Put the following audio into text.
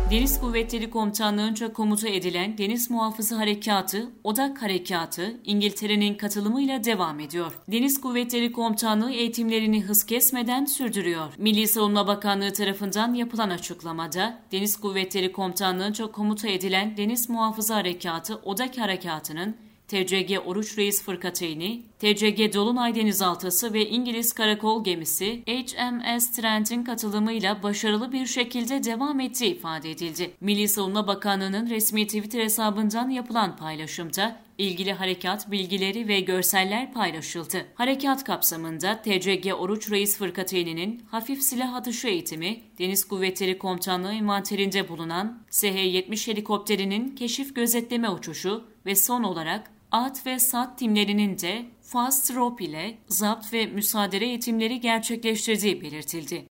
Deniz Kuvvetleri Komutanlığı'nca komuta edilen Deniz Muhafızı Harekatı, Odak Harekatı, İngiltere'nin katılımıyla devam ediyor. Deniz Kuvvetleri Komutanlığı eğitimlerini hız kesmeden sürdürüyor. Milli Savunma Bakanlığı tarafından yapılan açıklamada, Deniz Kuvvetleri Komutanlığı'nca komuta edilen Deniz Muhafızı Harekatı, Odak Harekatı'nın TCG Oruç Reis Fırkateyni, TCG Dolunay Denizaltısı ve İngiliz Karakol Gemisi HMS Trent'in katılımıyla başarılı bir şekilde devam ettiği ifade edildi. Milli Savunma Bakanlığı'nın resmi Twitter hesabından yapılan paylaşımda ilgili harekat bilgileri ve görseller paylaşıldı. Harekat kapsamında TCG Oruç Reis Fırkateyni'nin hafif silah atışı eğitimi, Deniz Kuvvetleri Komutanlığı envanterinde bulunan SH-70 helikopterinin keşif gözetleme uçuşu ve son olarak AT ve SAT timlerinin de Fast Rope ile zapt ve müsaade eğitimleri gerçekleştirdiği belirtildi.